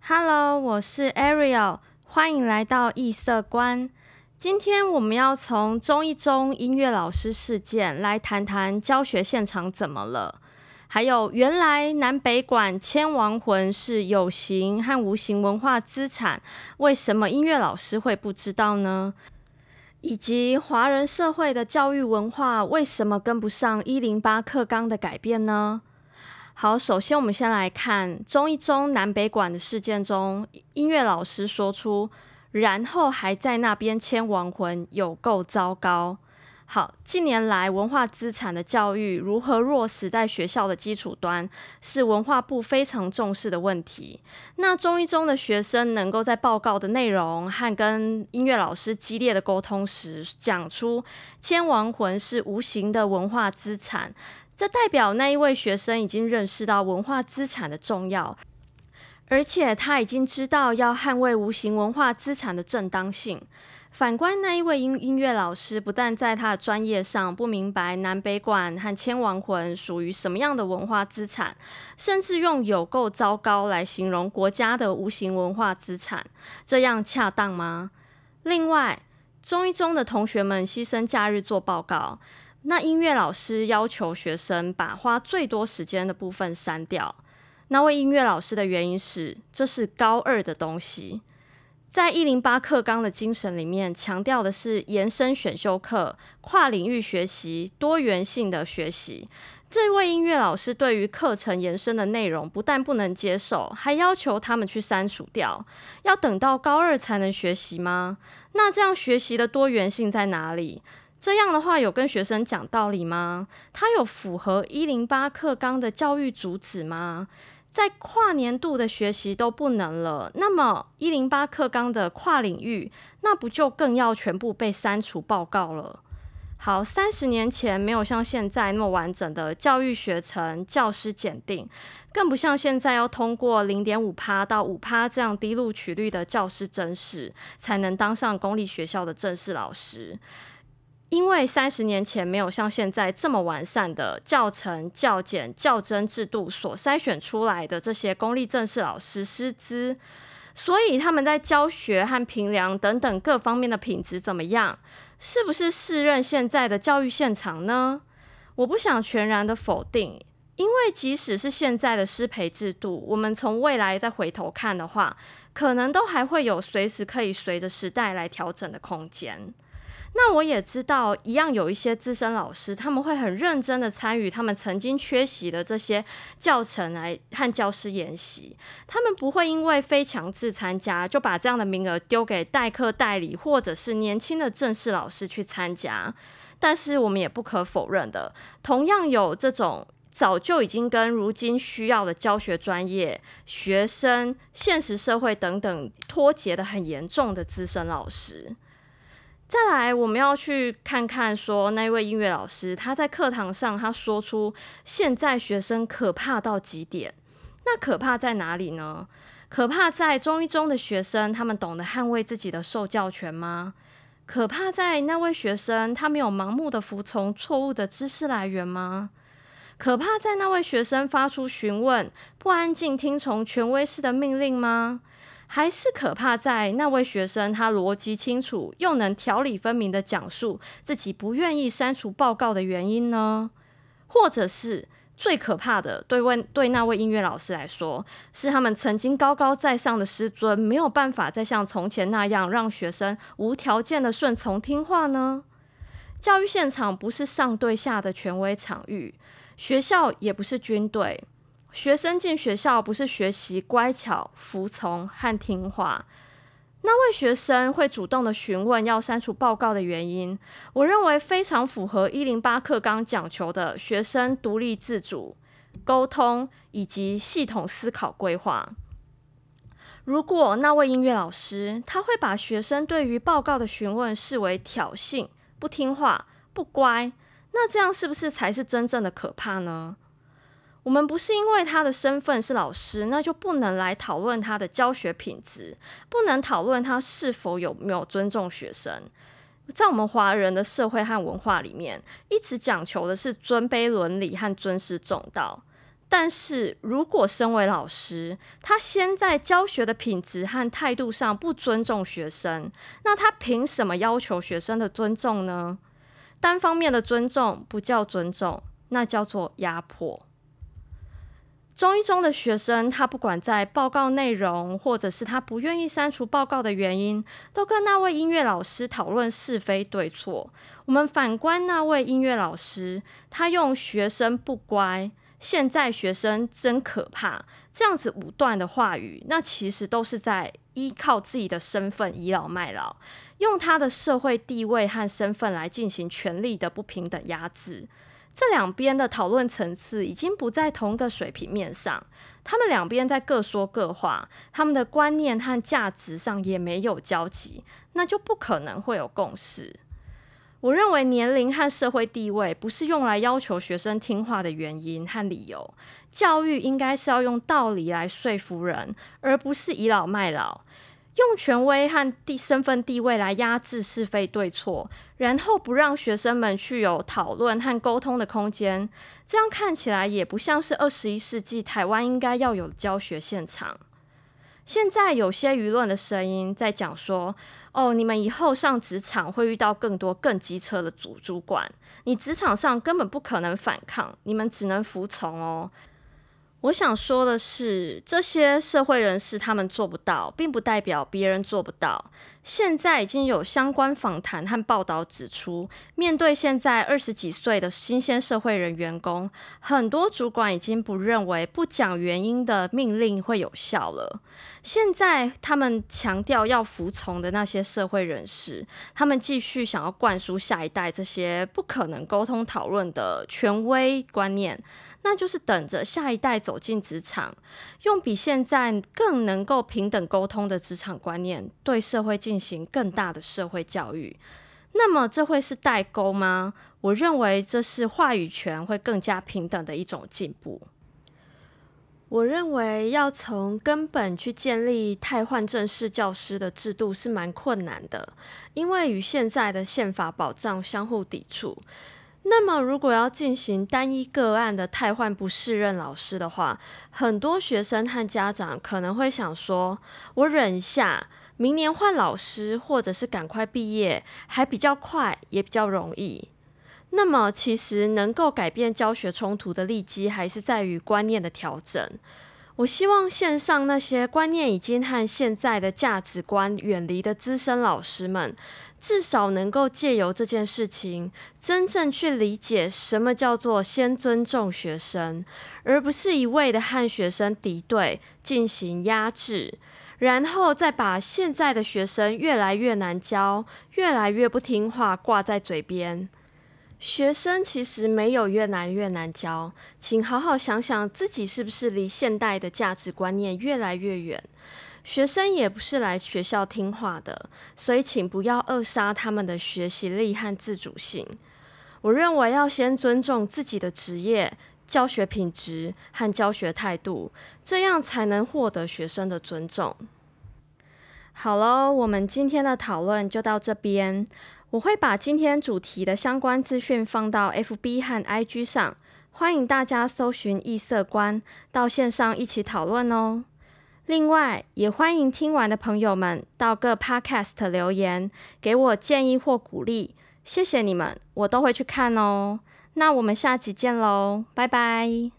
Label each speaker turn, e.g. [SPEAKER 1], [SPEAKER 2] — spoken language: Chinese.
[SPEAKER 1] Hello，我是 Ariel，欢迎来到异色观。今天我们要从中一中音乐老师事件来谈谈教学现场怎么了，还有原来南北管千亡魂是有形和无形文化资产，为什么音乐老师会不知道呢？以及华人社会的教育文化为什么跟不上108课纲的改变呢？好，首先我们先来看中一中南北管的事件中，音乐老师说出然后还在那边牵亡魂，有够糟糕。好，近年来文化资产的教育如何落实在学校的基础端，是文化部非常重视的问题。那中一中的学生能够在报告的内容和跟音乐老师激烈的沟通时，讲出牵亡魂是无形的文化资产，这代表那一位学生已经认识到文化资产的重要，而且他已经知道要捍卫无形文化资产的正当性。反观那一位音乐老师，不但在他的专业上不明白南北管和千亡魂属于什么样的文化资产，甚至用有够糟糕来形容国家的无形文化资产，这样恰当吗？另外，中一中的同学们牺牲假日做报告，那音乐老师要求学生把花最多时间的部分删掉。那位音乐老师的原因是，这是高2的东西。在108课纲的精神里面，强调的是延伸选修课、跨领域学习、多元性的学习。这位音乐老师对于课程延伸的内容不但不能接受，还要求他们去删除掉。要等到高2才能学习吗？那这样学习的多元性在哪里？这样的话有跟学生讲道理吗？他有符合108课纲的教育主旨吗？在跨年度的学习都不能了，那么108课纲的跨领域，那不就更要全部被删除报告了？好，30年前没有像现在那么完整的教育学程、教师检定，更不像现在要通过0.5%到5%这样低录取率的教师甄试，才能当上公立学校的正式老师。因为30年前没有像现在这么完善的教程、教检、教甄制度所筛选出来的这些公立正式老师师资，所以他们在教学和评量等等各方面的品质怎么样？是不是适任现在的教育现场呢？我不想全然的否定，因为即使是现在的师培制度，我们从未来再回头看的话，可能都还会有随时可以随着时代来调整的空间。那我也知道，一样有一些资深老师，他们会很认真的参与他们曾经缺席的这些教程来和教师研习，他们不会因为非强制参加，就把这样的名额丢给代课代理或者是年轻的正式老师去参加。但是我们也不可否认的，同样有这种早就已经跟如今需要的教学专业、学生、现实社会等等脱节的很严重的资深老师。再来，我们要去看看说那位音乐老师他在课堂上他说出现在学生可怕到极点。那可怕在哪里呢？可怕在中一中的学生他们懂得捍卫自己的受教权吗？可怕在那位学生他没有盲目的服从错误的知识来源吗？可怕在那位学生发出询问，不安静听从权威式的命令吗？还是可怕在那位学生他逻辑清楚又能条理分明的讲述自己不愿意删除报告的原因呢？或者是最可怕的，对那位音乐老师来说，是他们曾经高高在上的师尊没有办法再像从前那样让学生无条件的顺从听话呢？教育现场不是上对下的权威场域，学校也不是军队，学生进学校不是学习乖巧、服从和听话。那位学生会主动的询问要删除报告的原因，我认为非常符合108课纲讲求的学生独立自主、沟通以及系统思考规划。如果那位音乐老师他会把学生对于报告的询问视为挑衅、不听话、不乖，那这样是不是才是真正的可怕呢？我们不是因为他的身份是老师，那就不能来讨论他的教学品质，不能讨论他是否有没有尊重学生。在我们华人的社会和文化里面，一直讲求的是尊卑伦理和尊师重道。 但是如果身为老师，他先在教学的品质和态度上不尊重学生，那他凭什么要求学生的尊重呢？单方面的尊重不叫尊重，那叫做压迫。中一中的学生，他不管在报告内容，或者是他不愿意删除报告的原因，都跟那位音乐老师讨论是非对错。我们反观那位音乐老师，他用学生不乖，现在学生真可怕，这样子武断的话语，那其实都是在依靠自己的身份倚老卖老，用他的社会地位和身份来进行权力的不平等压制。这两边的讨论层次已经不在同一个水平面上，他们两边在各说各话，他们的观念和价值上也没有交集，那就不可能会有共识。我认为年龄和社会地位不是用来要求学生听话的原因和理由，教育应该是要用道理来说服人，而不是倚老卖老。用权威和身份地位来压制是非对错，然后不让学生们去有讨论和沟通的空间，这样看起来也不像是21世纪台湾应该要有的教学现场。现在有些舆论的声音在讲说，你们以后上职场会遇到更多更机车的主管，你职场上根本不可能反抗，你们只能服从哦。我想说的是，这些社会人士他们做不到，并不代表别人做不到。现在已经有相关访谈和报道指出，面对现在20几岁的新鲜社会人员工，很多主管已经不认为不讲原因的命令会有效了。现在他们强调要服从的那些社会人士，他们继续想要灌输下一代这些不可能沟通讨论的权威观念，那就是等着下一代走进职场，用比现在更能够平等沟通的职场观念，对社会进行更大的社会教育。那么这会是代沟吗？我认为这是话语权会更加平等的一种进步。我认为要从根本去建立汰换正式教师的制度是蛮困难的，因为与现在的宪法保障相互抵触。那么如果要进行单一个案的汰换不适任老师的话，很多学生和家长可能会想说，我忍一下，明年换老师，或者是赶快毕业，还比较快，也比较容易。那么其实能够改变教学冲突的利基还是在于观念的调整。我希望线上那些观念已经和现在的价值观远离的资深老师们，至少能够借由这件事情真正去理解什么叫做先尊重学生，而不是一味的和学生敌对进行压制，然后再把现在的学生越来越难教，越来越不听话挂在嘴边。学生其实没有越来越难教，请好好想想自己是不是离现代的价值观念越来越远。学生也不是来学校听话的，所以请不要扼杀他们的学习力和自主性。我认为要先尊重自己的职业、教学品质和教学态度，这样才能获得学生的尊重。好咯，我们今天的讨论就到这边。我会把今天主题的相关资讯放到 FB 和 IG 上，欢迎大家搜寻异色观，到线上一起讨论哦。另外，也欢迎听完的朋友们到各 Podcast 留言，给我建议或鼓励，谢谢你们，我都会去看哦。那我们下集见咯，拜拜。